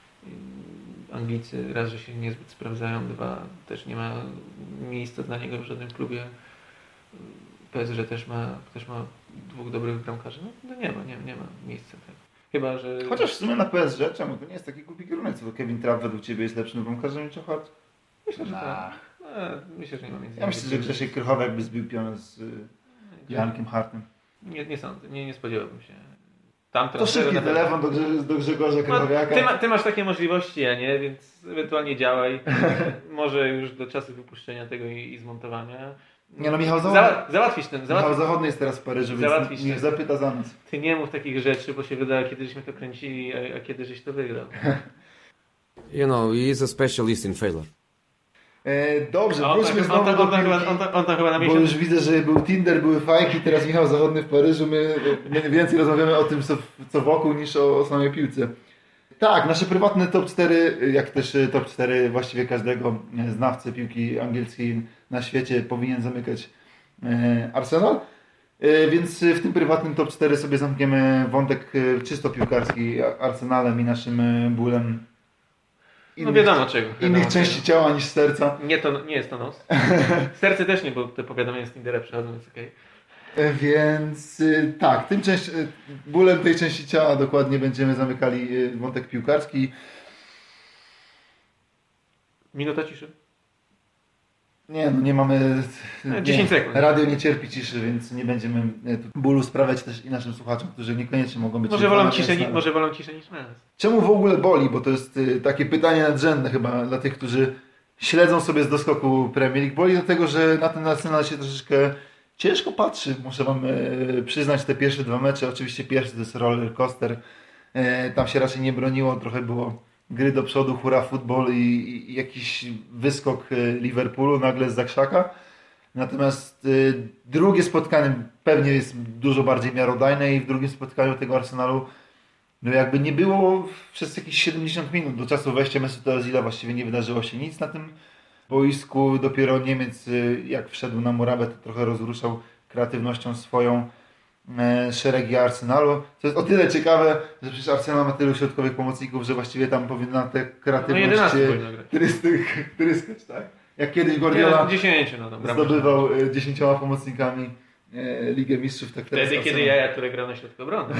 [SPEAKER 2] Anglicy raz, że się niezbyt sprawdzają, dwa, też nie ma miejsca dla niego w żadnym klubie. PSG też ma 2 dobrych bramkarzy, no nie ma miejsca, tak. Chyba, że...
[SPEAKER 1] Chociaż w sumie na PSG, czemu to nie jest taki głupi kierunek, co Kevin Trapp według Ciebie jest lepszym bramkarzem niż Joe Hart?
[SPEAKER 2] Myślę, że tak. Myślę, że nie ma między.
[SPEAKER 1] Ja myślę, że Grzesiek Krychowiak jakby zbił pionę z Jankiem Hartem.
[SPEAKER 2] Nie sądzę, nie spodziewałbym się.
[SPEAKER 1] To szybki telefon do Grzegorza Krychowiaka.
[SPEAKER 2] Ty masz takie możliwości, ja nie, więc ewentualnie działaj. Może już do czasu wypuszczenia tego i zmontowania.
[SPEAKER 1] Nie no, Michał Zachodny.
[SPEAKER 2] Załatwisz ten.
[SPEAKER 1] Michał Zachodny jest teraz w Paryżu, więc niech zapyta za nas.
[SPEAKER 2] Ty nie mów takich rzeczy, bo się wydaje, kiedy żeśmy to kręcili, a kiedy żeś to wygrał.
[SPEAKER 3] You know, he is a specialist in failure.
[SPEAKER 1] Dobrze, wróćmy znowu do piłki,
[SPEAKER 2] on tam chyba na miesiąc...
[SPEAKER 1] bo już widzę, że był Tinder, były fajki, teraz Michał Zachodny w Paryżu, my więcej rozmawiamy o tym, co wokół, niż o samej piłce. Tak, nasze prywatne top 4, jak też top 4 właściwie każdego znawcy piłki angielskiej na świecie powinien zamykać Arsenal. Więc w tym prywatnym top 4 sobie zamkniemy wątek czysto piłkarski Arsenalem i naszym bólem
[SPEAKER 2] No wiadomo czego.
[SPEAKER 1] innych części ciała niż serca.
[SPEAKER 2] Nie jest to nos. Serce też nie, bo te powiadomienia z Tindera przychodzą, więc okej.
[SPEAKER 1] Więc tak, bólem tej części ciała dokładnie będziemy zamykali wątek piłkarski.
[SPEAKER 2] Minuta ciszy.
[SPEAKER 1] Nie mamy...
[SPEAKER 2] 10 sekund.
[SPEAKER 1] Radio nie cierpi ciszy, więc nie będziemy bólu sprawiać też i naszym słuchaczom, którzy niekoniecznie mogą być...
[SPEAKER 2] Może wolą ciszę niż nas.
[SPEAKER 1] Czemu w ogóle boli? Bo to jest takie pytanie nadrzędne chyba dla tych, którzy śledzą sobie z doskoku Premier League. Boli dlatego, że na ten Arsenal się troszeczkę ciężko patrzy. Muszę wam przyznać te pierwsze 2 mecze. Oczywiście pierwszy to jest roller coaster. Tam się raczej nie broniło. Trochę było gry do przodu, hura futbol i jakiś wyskok Liverpoolu nagle z zakrzaka. Natomiast drugie spotkanie pewnie jest dużo bardziej miarodajne i w drugim spotkaniu tego Arsenalu no jakby nie było przez jakieś 70 minut do czasu wejścia Mesut Ozila właściwie nie wydarzyło się nic na tym boisku. Dopiero Niemiec jak wszedł na murawę, to trochę rozruszał kreatywnością swoją szeregi Arsenalu. To jest o tyle ciekawe, że przecież Arsenal ma tylu środkowych pomocników, że właściwie tam powinna tę kreatywność tryskać, tak? Jak kiedyś Guardiola
[SPEAKER 2] 10,
[SPEAKER 1] zdobywał 10 pomocnikami Ligę Mistrzów, tak teraz
[SPEAKER 2] wtedy, kiedy Jaja, który grał na środku obrony.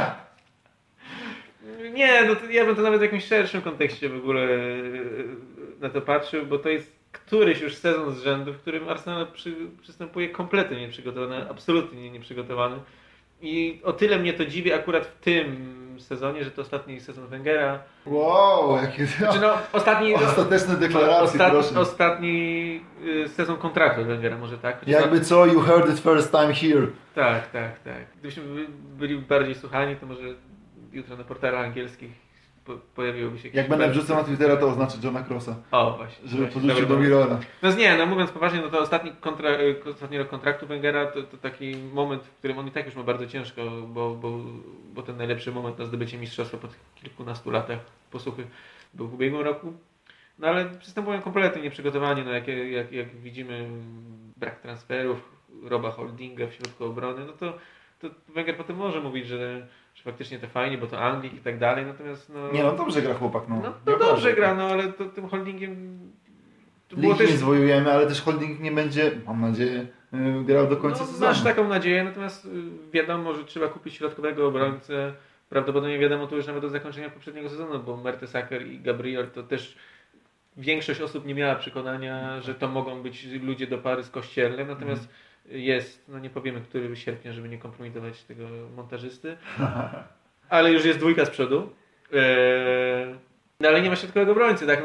[SPEAKER 2] Nie, no to ja bym to nawet w jakimś szerszym kontekście w ogóle na to patrzył, bo to jest któryś już sezon z rzędu, w którym Arsenal przystępuje kompletnie nieprzygotowany, absolutnie nieprzygotowany. I o tyle mnie to dziwi akurat w tym sezonie, że to ostatni sezon Wengera.
[SPEAKER 1] Wow, jakie ostateczne deklaracje, proszę.
[SPEAKER 2] Ostatni sezon kontraktu Wengera, może tak?
[SPEAKER 1] Jakby co, you heard it first time here.
[SPEAKER 2] Tak. Gdybyśmy byli bardziej słuchani, to może jutro na portalach angielskich pojawiłoby się...
[SPEAKER 1] Jak będę wrzucał na Twittera, to oznaczy Johna Crossa.
[SPEAKER 2] O, właśnie.
[SPEAKER 1] Żeby podrzucił do Mirrora.
[SPEAKER 2] No mówiąc poważnie, no to ostatni rok kontraktu Wengera to taki moment, w którym on i tak już ma bardzo ciężko, bo ten najlepszy moment na zdobycie mistrzostwa po kilkunastu latach posłuchy był w ubiegłym roku. No ale przystępują kompletnie nieprzygotowani, no jak widzimy brak transferów, Roba Holdinga w środku obrony, no to Wenger potem może mówić, że faktycznie to fajnie, bo to Anglik i tak dalej, natomiast
[SPEAKER 1] dobrze gra chłopak,
[SPEAKER 2] dobrze gra, ale tym Holdingiem...
[SPEAKER 1] Ligi nie zwojujemy, ale też Holding nie będzie, mam nadzieję, grał do końca sezonu.
[SPEAKER 2] Masz taką nadzieję, natomiast wiadomo, że trzeba kupić środkowego obrońcę. Prawdopodobnie wiadomo to już nawet do zakończenia poprzedniego sezonu, bo Mertesacker i Gabriel to też większość osób nie miała przekonania, że to mogą być ludzie do pary z Kościelnym, natomiast jest, nie powiemy, który sierpnia, żeby nie kompromitować tego montażysty, ale już jest 2 z przodu. Ale nie ma środkowego obrońcy, tak?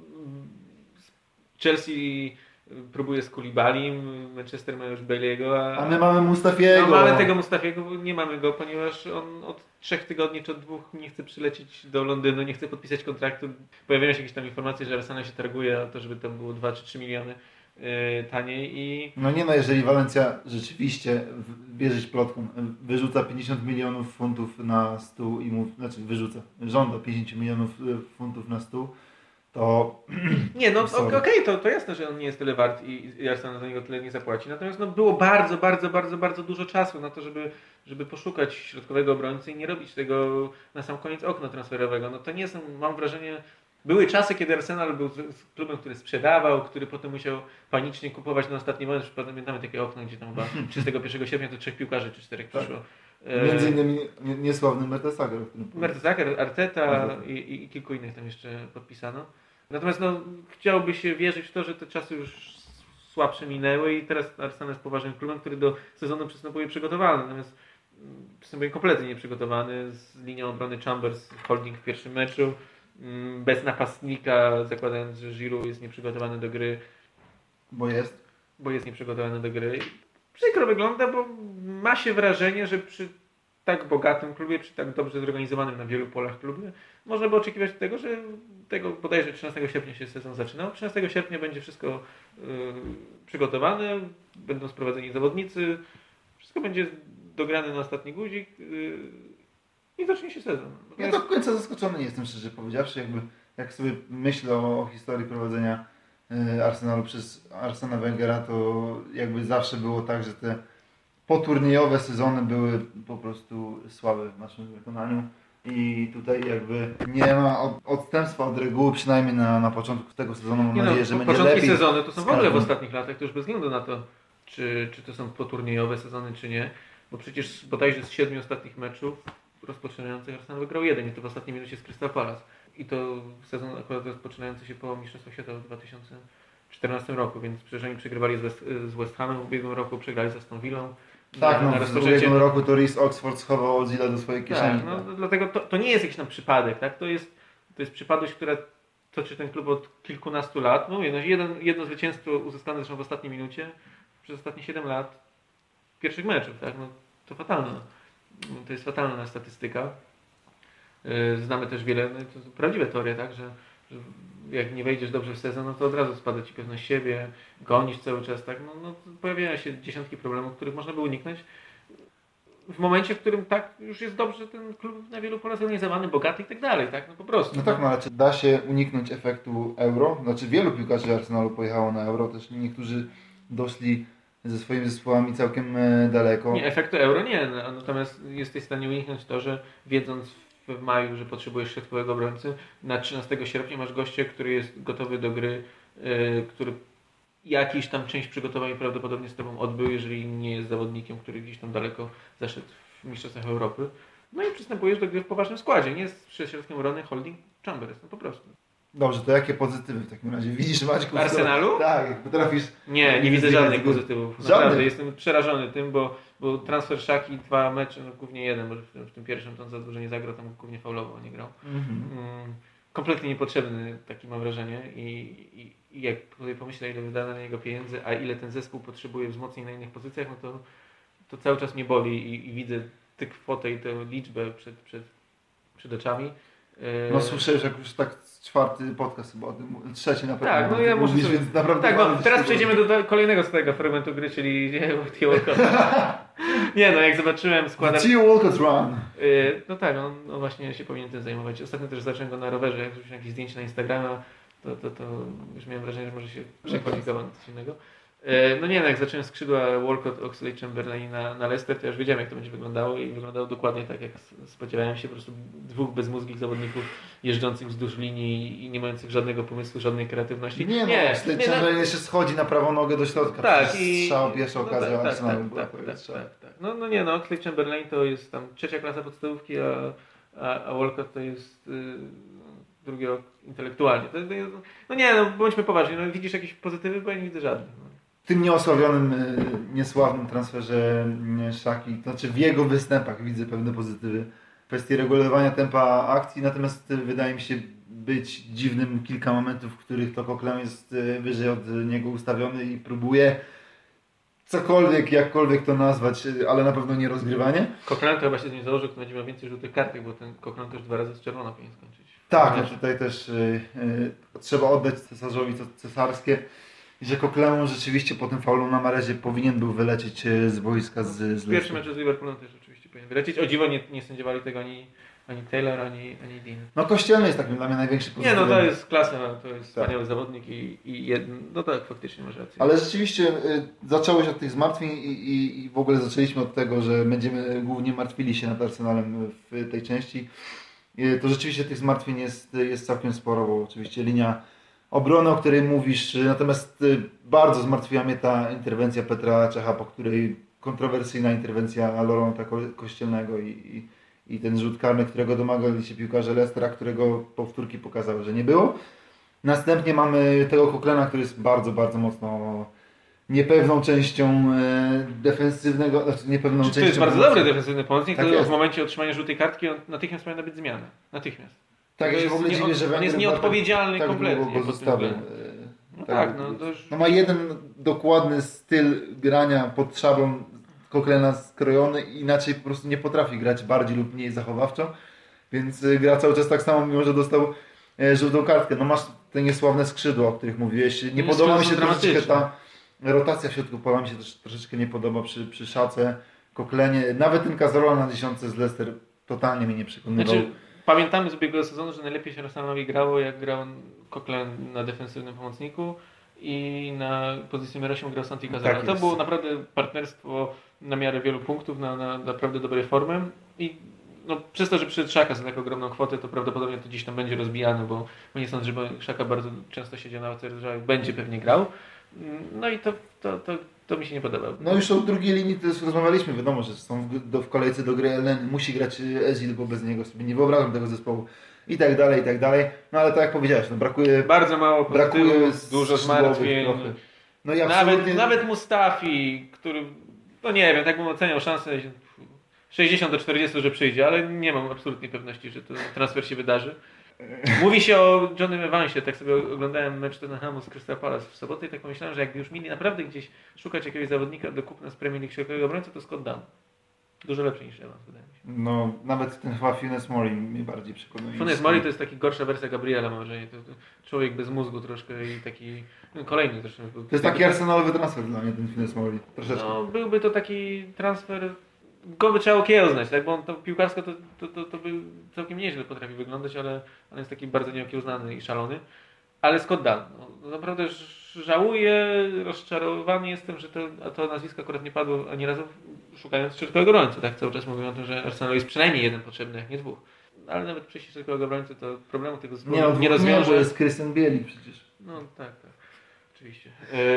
[SPEAKER 2] Chelsea próbuje z Koulibalim, Manchester ma już Bailey'ego,
[SPEAKER 1] a my mamy Mustafiego.
[SPEAKER 2] Mamy tego Mustafiego, nie mamy go, ponieważ on od 3 tygodni czy od 2 nie chce przylecieć do Londynu, nie chce podpisać kontraktu. Pojawiają się jakieś tam informacje, że Arsenal się targuje o to, żeby tam było 2 czy 3 miliony taniej i...
[SPEAKER 1] jeżeli Valencia rzeczywiście, wierzyć plotkom, wyrzuca 50 milionów funtów na stół i żąda 50 milionów funtów na stół, to...
[SPEAKER 2] Nie, okej, to jasne, że on nie jest tyle wart i Arsenal za niego tyle nie zapłaci. Natomiast było bardzo, bardzo, bardzo, bardzo dużo czasu na to, żeby poszukać środkowego obrońcy i nie robić tego na sam koniec okna transferowego. To nie są, mam wrażenie... Były czasy, kiedy Arsenal był klubem, który sprzedawał, który potem musiał panicznie kupować na ostatni moment. Pamiętamy takie okno, gdzie tam chyba 31 sierpnia to 3 piłkarzy czy 4 przyszło.
[SPEAKER 1] Między innymi niesławny Mertesacker.
[SPEAKER 2] Mertesacker, Arteta i kilku innych tam jeszcze podpisano. Natomiast chciałoby się wierzyć w to, że te czasy już słabsze minęły i teraz Arsenal jest poważnym klubem, który do sezonu przystępuje przygotowany. Natomiast przystępuje kompletnie nieprzygotowany z linią obrony Chambers, Holding w pierwszym meczu. Bez napastnika, zakładając, że Giroud jest nieprzygotowany do gry.
[SPEAKER 1] Bo jest
[SPEAKER 2] nieprzygotowany do gry. Przykro wygląda, bo ma się wrażenie, że przy tak bogatym klubie, przy tak dobrze zorganizowanym na wielu polach klubie, można by oczekiwać tego, że bodajże 13 sierpnia się sezon zaczynał. 13 sierpnia będzie wszystko przygotowane, będą sprowadzeni zawodnicy, wszystko będzie dograne na ostatni guzik i zacznie się sezon.
[SPEAKER 1] Ja do końca zaskoczony nie jestem, szczerze powiedziawszy, jak sobie myślę o historii prowadzenia Arsenalu przez Arsena Wengera, to jakby zawsze było tak, że te poturniejowe sezony były po prostu słabe w naszym wykonaniu. I tutaj jakby nie ma odstępstwa od reguły, przynajmniej na początku tego sezonu. Mam nadzieję, że będzie
[SPEAKER 2] początki
[SPEAKER 1] lepiej.
[SPEAKER 2] sezonu to są w ogóle w ostatnich latach, to już bez względu na to, czy to są poturniejowe sezony, czy nie. Bo przecież bodajże z 7 ostatnich meczów rozpoczynających Arsenal wygrał jeden i to w ostatniej minucie z Crystal Palace. I to sezon akurat rozpoczynający się po Mistrzostwach Świata w 2014 roku, więc przecież oni przegrywali z West Hamem w ubiegłym roku, przegrali z Aston Villą.
[SPEAKER 1] Tak, w ubiegłym roku to Reece Oxford schował Ozila do swojej kieszeni.
[SPEAKER 2] Tak, no, dlatego to nie jest jakiś tam przypadek, tak? To jest przypadłość, która toczy ten klub od kilkunastu lat. No, jedno zwycięstwo uzyskane zresztą w ostatniej minucie przez ostatnie 7 lat pierwszych meczów, tak? No, to fatalne. To jest fatalna statystyka. Znamy też wiele, no, to są prawdziwe teorie, tak? Że jak nie wejdziesz dobrze w sezon, no to od razu spada ci pewność siebie, gonisz cały czas, tak? No pojawiają się dziesiątki problemów, których można by uniknąć w momencie, w którym tak już jest dobrze ten klub na wielu polach zorganizowany, bogaty i tak dalej, tak? No po prostu.
[SPEAKER 1] No tak, no ale czy da się uniknąć efektu euro? Znaczy wielu piłkarzy Arsenalu pojechało na euro, też niektórzy doszli ze swoimi zespołami całkiem daleko.
[SPEAKER 2] Nie, efektu euro nie, natomiast jesteś w stanie uniknąć to, że wiedząc w maju, że potrzebujesz środkowego obrońcy, na 13 sierpnia masz gościa, który jest gotowy do gry, który jakiś tam część przygotowań prawdopodobnie z Tobą odbył, jeżeli nie jest zawodnikiem, który gdzieś tam daleko zaszedł w Mistrzostwach Europy. No i przystępujesz do gry w poważnym składzie. Nie jest środkiem obrony Holding Chambers, no po prostu.
[SPEAKER 1] Dobrze, to jakie pozytywy w takim razie widzisz, Maćku?
[SPEAKER 2] W Arsenalu?
[SPEAKER 1] Tak, potrafisz...
[SPEAKER 2] Nie widzę żadnych pozytywów.
[SPEAKER 1] Żadnych?
[SPEAKER 2] Naprawdę, jestem przerażony tym, bo transfer Szaki, 2 mecze, no głównie jeden, bo w tym pierwszym to on za dużo nie zagrał, tam głównie faulowo nie grał. Kompletnie niepotrzebny, taki mam wrażenie i jak sobie pomyślę, ile wydano na niego pieniędzy, a ile ten zespół potrzebuje wzmocnień na innych pozycjach, no to cały czas mnie boli i widzę tę kwotę i tę liczbę przed oczami.
[SPEAKER 1] No słyszę już tak 4. podcast chyba o tym, 3 na pewno.
[SPEAKER 2] Tak, no ja muszę
[SPEAKER 1] mówisz,
[SPEAKER 2] sobie...
[SPEAKER 1] więc naprawdę
[SPEAKER 2] Tak, no, teraz przejdziemy do kolejnego z tego fragmentu gry, czyli Theo Walcott. Nie no, jak zobaczyłem skład...
[SPEAKER 1] Theo Walcott run.
[SPEAKER 2] No tak, on właśnie się powinien tym zajmować. Ostatnio też zacząłem go na rowerze, jak zrobiłem jakieś zdjęcia na Instagrama, to już miałem wrażenie, że może się przekwalifikować na coś innego. No nie no, jak zacząłem skrzydła Walcott, Oxlade, Chamberlain na Leicester, to ja już wiedziałem, jak to będzie wyglądało i wyglądało dokładnie tak, jak spodziewałem się. Po prostu 2 bezmózgich zawodników jeżdżących wzdłuż linii i nie mających żadnego pomysłu, żadnej kreatywności.
[SPEAKER 1] Nie, Oxlade Chamberlain jeszcze schodzi na prawą nogę do środka.
[SPEAKER 2] Tak,
[SPEAKER 1] strzał, pierwsza okazja Arsenalu była.
[SPEAKER 2] Tak. No, Oxlade Chamberlain to jest tam 3. klasa podstawówki, a Walcott to jest drugi rok intelektualnie. Bądźmy poważni, widzisz jakieś pozytywy, bo ja nie widzę żadnych.
[SPEAKER 1] W tym nieosławionym, niesławnym transferze Szaki, to znaczy w jego występach widzę pewne pozytywy. W kwestii regulowania tempa akcji, natomiast wydaje mi się być dziwnym kilka momentów, w których to Coquelin jest wyżej od niego ustawiony i próbuje cokolwiek, jakkolwiek to nazwać, ale na pewno nie rozgrywanie.
[SPEAKER 2] Coquelin to chyba się z nim założył, kto będzie miał więcej żółtych kartek, bo ten Coquelin też 2 razy z czerwoną powinien skończyć.
[SPEAKER 1] Tak, no tutaj też trzeba oddać cesarzowi co cesarskie. I że Coquelin rzeczywiście po tym faulu na Marezie powinien był wylecieć z boiska z
[SPEAKER 2] w pierwszym meczu z Liverpoolem też oczywiście powinien wylecieć. O dziwo nie sędziowali tego ani Taylor, ani Dean.
[SPEAKER 1] No Kościelny jest takim dla mnie największy pozytywem.
[SPEAKER 2] Nie, no to jest klasa, to jest wspaniały zawodnik no tak, faktycznie masz rację.
[SPEAKER 1] Ale rzeczywiście zacząłeś od tych zmartwień i w ogóle zaczęliśmy od tego, że będziemy głównie martwili się nad Arsenalem w tej części. To rzeczywiście tych zmartwień jest całkiem sporo, bo oczywiście linia obrony, o której mówisz, natomiast bardzo zmartwiła mnie ta interwencja Petra Czecha, po której kontrowersyjna interwencja Laurenta Kościelnego i ten rzut karny, którego domagali się piłkarze Leicestera, którego powtórki pokazały, że nie było. Następnie mamy tego Coquelina, który jest bardzo, bardzo mocno niepewną częścią defensywnego, znaczy niepewną częścią...
[SPEAKER 2] To jest bardzo dobry defensywny pomocnik,
[SPEAKER 1] Tak
[SPEAKER 2] który
[SPEAKER 1] jest.
[SPEAKER 2] w momencie otrzymania żółtej kartki on natychmiast powinna być zmiana. Natychmiast.
[SPEAKER 1] Tak, ja się w ogóle dziwię, że
[SPEAKER 2] on jest nieodpowiedzialny kompletnie.
[SPEAKER 1] Tak długo zostawił.
[SPEAKER 2] To
[SPEAKER 1] ma jeden dokładny styl grania pod szablą Coquelina skrojony, inaczej po prostu nie potrafi grać bardziej lub mniej zachowawczo, więc gra cały czas tak samo, mimo że dostał żółtą kartkę. No masz te niesławne skrzydła, o których mówiłeś. Nie podoba mi się troszeczkę ta rotacja w środku pola, mi się też troszeczkę nie podoba przy Szace, Coquelinie. Nawet ten Cazorla na 10 z Leicester totalnie mnie nie przekonywał.
[SPEAKER 2] Znaczy, pamiętamy z ubiegłego sezonu, że najlepiej się Arsenalowi grało, jak grał Coquelin na defensywnym pomocniku i na pozycji numer 8 grał Santi Cazorla.
[SPEAKER 1] Tak
[SPEAKER 2] to
[SPEAKER 1] jest.
[SPEAKER 2] było naprawdę partnerstwo na miarę wielu punktów, na naprawdę dobrej formy i no, przez to, że przyszedł Xhaka za taką ogromną kwotę, to prawdopodobnie to gdzieś tam będzie rozbijane, bo nie sądzę, żeby Xhaka bardzo często siedział na ławce rezerwowej, będzie pewnie grał. No i to mi się nie podoba.
[SPEAKER 1] No już o drugiej linii też rozmawialiśmy, wiadomo, że są w kolejce do gry Ellen, musi grać Ezil, bo bez niego sobie nie wyobrażam tego zespołu i tak dalej, i tak dalej. No ale tak jak powiedziałeś, no brakuje
[SPEAKER 2] bardzo mało pozytywów, dużo zmartwień.
[SPEAKER 1] No i absolutnie...
[SPEAKER 2] Nawet Mustafi, który, no nie wiem, tak bym oceniał szansę 60 do 40, że przyjdzie, ale nie mam absolutnej pewności, że ten transfer się wydarzy. Mówi się o Johnnym Evansie, tak sobie oglądałem mecz Tottenhamu z Crystal Palace w sobotę i tak pomyślałem, że jakby już mieli naprawdę gdzieś szukać jakiegoś zawodnika do kupna z Premier League środkowego obrońcy, to Scott Dunn. Dużo lepszy niż Evans, wydaje mi się.
[SPEAKER 1] No, nawet ten chyba Funes Mori mnie bardziej przekonuje.
[SPEAKER 2] Funes Mori to jest taki gorsza wersja Gabriela, mam wrażenie. To człowiek bez mózgu troszkę i taki kolejny zresztą.
[SPEAKER 1] To jest taki arsenalowy transfer dla mnie, ten Funes Mori. Troszeczkę.
[SPEAKER 2] No, byłby to taki transfer, go by trzeba okiełznać, tak? Bo on to piłkarsko to by całkiem nieźle potrafi wyglądać, ale jest taki bardzo nieokiełznany i szalony. Ale Scott Dunn, no, naprawdę żałuję, rozczarowany jestem, że to nazwisko akurat nie padło ani razu szukając środkowego obrońcy, tak? Cały czas mówią o tym, że Arsenalu jest przynajmniej jeden potrzebny, jak nie dwóch. Ale nawet przyjście środkowego obrońcy to problemu tego zespołu nie rozwiąże.
[SPEAKER 1] Nie, bo jest Christian Bielik przecież.
[SPEAKER 2] No tak. Oczywiście.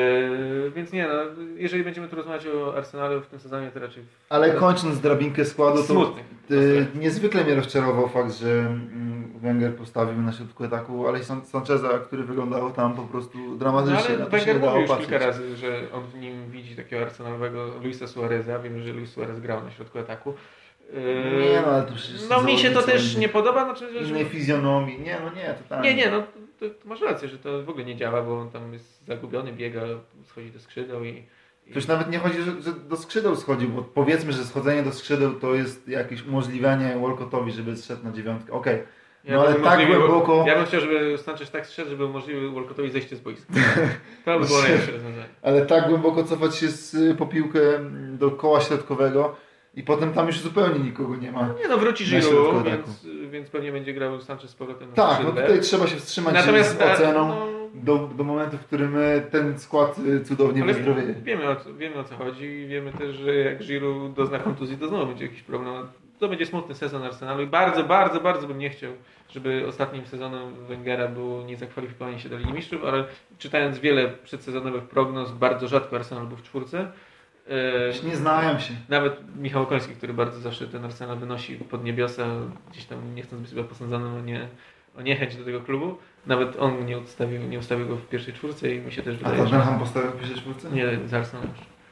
[SPEAKER 2] Więc nie, no, jeżeli będziemy tu rozmawiać o Arsenalu w tym sezonie, to raczej...
[SPEAKER 1] Ale kończąc drabinkę składu, to
[SPEAKER 2] smutny.
[SPEAKER 1] Niezwykle mnie rozczarował fakt, że Wenger postawił na środku ataku Alexis Sancheza, który wyglądał tam po prostu dramatycznie.
[SPEAKER 2] No, ale Wenger mówił już kilka razy, że on w nim widzi takiego arsenalowego Luisa Suareza. Wiem, że Luis Suarez grał na środku ataku.
[SPEAKER 1] Nie, no ale to przecież...
[SPEAKER 2] No mi się to też nie podoba. Znaczy,
[SPEAKER 1] innej fizjonomii. Nie, no nie, totalnie.
[SPEAKER 2] Nie, no to masz rację, że to w ogóle nie działa, bo on tam jest zagubiony, biega, schodzi do skrzydeł i...
[SPEAKER 1] To już nawet nie chodzi, że do skrzydeł schodził, bo powiedzmy, że schodzenie do skrzydeł to jest jakieś umożliwianie Walcottowi, żeby zszedł na dziewiątkę. Okej. No ale tak głęboko...
[SPEAKER 2] Ja bym chciał, żeby Sanchez tak zszedł, żeby umożliwił Walcottowi zejście z boiska. To by było najlepsze rozwiązanie.
[SPEAKER 1] Ale tak głęboko cofać się po piłkę do koła środkowego i potem tam już zupełnie nikogo nie ma.
[SPEAKER 2] Nie no, wróci Giroud, więc pewnie będzie grał Sanchez z powrotem na
[SPEAKER 1] tak, no tutaj trzeba się wstrzymać z oceną do momentu, w którym ten skład cudownie wyzdrowieje.
[SPEAKER 2] Wiemy o co chodzi i wiemy też, że jak Giroud dozna kontuzji, to znowu będzie jakiś problem. To będzie smutny sezon Arsenalu i bardzo bym nie chciał, żeby ostatnim sezonem Wengera było nie zakwalifikowanie się do Ligi Mistrzów, ale czytając wiele przedsezonowych prognoz, bardzo rzadko Arsenal był w czwórce.
[SPEAKER 1] Nie znają się.
[SPEAKER 2] Nawet Michał Koński, który bardzo zawsze ten Arsenal wynosi pod niebiosa, gdzieś tam nie chcąc być chyba posądzonym o niechęć do tego klubu. Nawet on nie ustawił go w pierwszej czwórce i mi się też wydaje,
[SPEAKER 1] że... A Tottenham postawił w pierwszej czwórce?
[SPEAKER 2] Nie, z Arsenalem.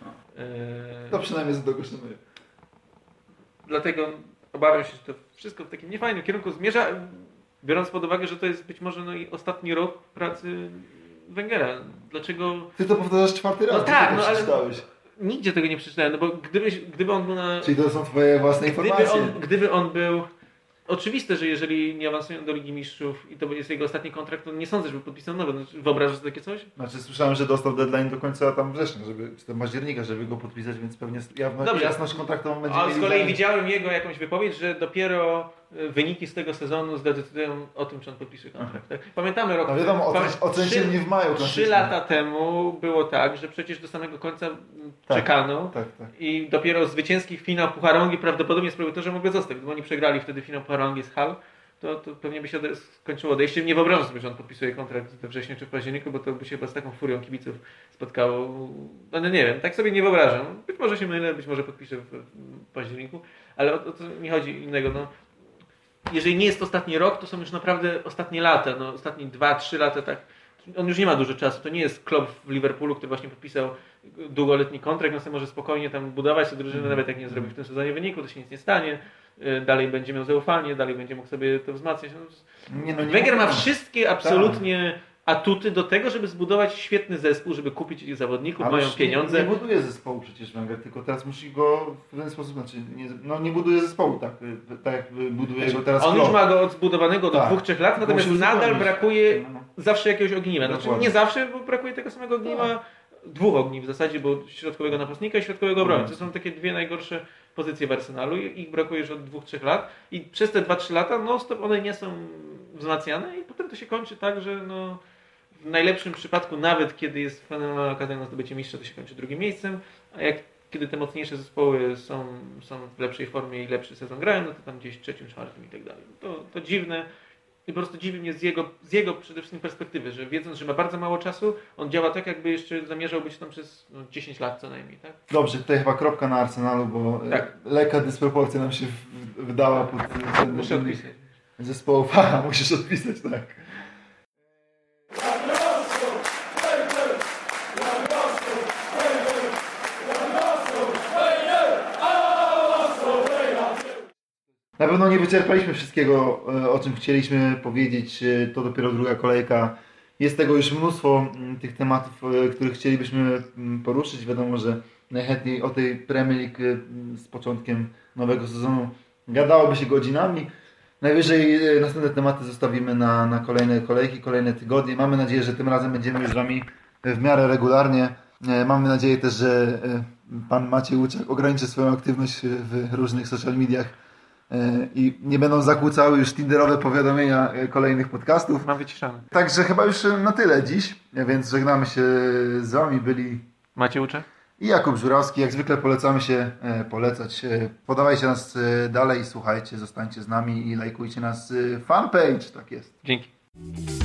[SPEAKER 1] To przynajmniej za tego szanuję.
[SPEAKER 2] Dlatego obawiam się, że to wszystko w takim niefajnym kierunku zmierza, biorąc pod uwagę, że to jest być może i ostatni rok pracy Wengera. Dlaczego...
[SPEAKER 1] Ty to powtarzasz czwarty raz.
[SPEAKER 2] No tak, no ale... Nigdzie tego nie przeczytałem, no bo gdyby on był na...
[SPEAKER 1] Czyli to są twoje własne informacje.
[SPEAKER 2] Gdyby on był... Oczywiste, że jeżeli nie awansują do Ligi Mistrzów i to jest jego ostatni kontrakt, to nie sądzę, żeby podpisał nowy. Wyobrażasz sobie takie coś?
[SPEAKER 1] Znaczy słyszałem, że dostał deadline do końca tam września, czy tam października, żeby go podpisać, więc pewnie jasność kontraktową będzie mieli.
[SPEAKER 2] A z kolei widziałem jego jakąś wypowiedź, że dopiero wyniki z tego sezonu zdecydują o tym, czy on podpisze kontrakt. Tak? Pamiętamy rok...
[SPEAKER 1] No wiadomo, ocen się nie w maju.
[SPEAKER 2] 3 lata temu było tak, że przecież do samego końca czekano i dopiero zwycięskich finał Pucharu Anglii prawdopodobnie sprawiło to, że mogli zostać. Gdyby oni przegrali wtedy finał Pucharu Anglii z Hull, to pewnie by się skończyło odejściem. Nie wyobrażam sobie, że on podpisuje kontrakt we wrześniu czy w październiku, bo to by się chyba z taką furią kibiców spotkało. No nie wiem, tak sobie nie wyobrażam. Być może się mylę, być może podpiszę w październiku, ale o co mi chodzi innego. No, jeżeli nie jest ostatni rok, to są już naprawdę ostatnie lata, no, ostatnie 2-3 lata, tak. On już nie ma dużo czasu, to nie jest klub w Liverpoolu, który właśnie podpisał długoletni kontrakt, on sobie może spokojnie tam budować tę drużynę, nawet jak nie zrobi w tym sezonie wyniku, to się nic nie stanie, dalej będzie miał zaufanie, dalej będzie mógł sobie to wzmacniać. Wenger ma wszystkie absolutnie atuty do tego, żeby zbudować świetny zespół, żeby kupić zawodników, ale mają pieniądze.
[SPEAKER 1] Nie buduje zespołu przecież Wenger, tylko teraz musi go w ten sposób, nie buduje zespołu tak jak buduje go teraz.
[SPEAKER 2] On już ma go zbudowanego do 2-3 lat, natomiast nadal
[SPEAKER 1] zupełnie
[SPEAKER 2] brakuje zawsze jakiegoś ogniwa. Znaczy nie zawsze, bo brakuje tego samego ogniwa, 2 ogniw w zasadzie, bo środkowego napastnika i środkowego obrońcy. To są takie 2 najgorsze pozycje w Arsenalu i ich brakuje już od 2-3 lat i przez te 2-3 lata non-stop one nie są wzmacniane i potem to się kończy tak, że w najlepszym przypadku, nawet kiedy jest fenomenalna okazja na zdobycie mistrza, to się kończy drugim miejscem, a jak kiedy te mocniejsze zespoły są w lepszej formie i lepszy sezon grają, no to tam gdzieś trzecim, czwartym i tak dalej. To dziwne. I po prostu dziwi mnie z jego przede wszystkim perspektywy, że wiedząc, że ma bardzo mało czasu, on działa tak, jakby jeszcze zamierzał być tam przez 10 lat co najmniej, tak?
[SPEAKER 1] Dobrze, tutaj chyba kropka na Arsenalu, bo
[SPEAKER 2] Tak.
[SPEAKER 1] lekka dysproporcja nam się wdała pod
[SPEAKER 2] Muszę odpisać.
[SPEAKER 1] zespołów. Musisz odpisać, tak. Na pewno nie wyczerpaliśmy wszystkiego, o czym chcieliśmy powiedzieć. To dopiero druga kolejka. Jest tego już mnóstwo tych tematów, których chcielibyśmy poruszyć. Wiadomo, że najchętniej o tej Premier League z początkiem nowego sezonu gadałoby się godzinami. Najwyżej następne tematy zostawimy na kolejne kolejki, kolejne tygodnie. Mamy nadzieję, że tym razem będziemy już z Wami w miarę regularnie. Mamy nadzieję też, że Pan Maciej Łuczak ograniczy swoją aktywność w różnych social mediach i nie będą zakłócały już tinderowe powiadomienia kolejnych podcastów.
[SPEAKER 2] Mam wyciszane.
[SPEAKER 1] Także chyba już na tyle dziś, więc żegnamy się z Wami. Byli
[SPEAKER 2] Macie uczę?
[SPEAKER 1] i Jakub Żurawski. Jak zwykle polecamy się polecać. Podawajcie nas dalej, słuchajcie, zostańcie z nami i lajkujcie nas fanpage. Tak jest.
[SPEAKER 2] Dzięki.